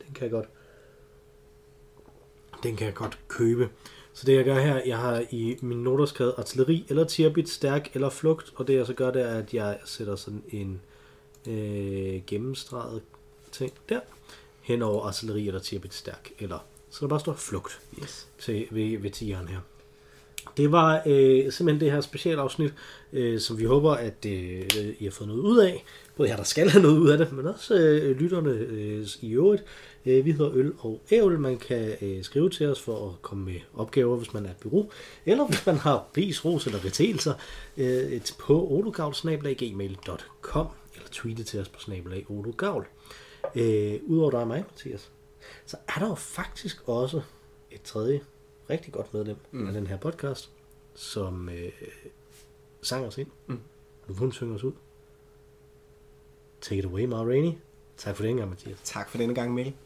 Den kan jeg godt købe. Så det jeg gør her, jeg har i mine noter skrevet artilleri eller Tirpitz stærk eller Flugt, og det jeg så gør, det er, at jeg sætter sådan en gennemstreget ting der, hen over artilleri eller Tirpitz stærk, eller så der bare står Flugt til ved tigeren her. Det var simpelthen det her specialafsnit, som vi håber, at I har fået noget ud af. Både jer, der skal have noget ud af det, men også lytterne i øvrigt. Vi hedder Øl og Ævl. Man kan skrive til os for at komme med opgaver, hvis man er et bureau, eller hvis man har ris, ros eller retelser på ologavl@gmail.com, eller tweete til os på @ologavl. Udover dig og mig, Mathias, så er der jo faktisk også et tredje rigtig godt medlem af den her podcast, som sang os ind. Nu hun synger os ud. Take it away, Ma Rainey. Tak for den gang, Mathias. Tak for denne gang, Mel.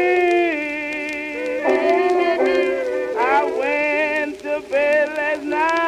Last night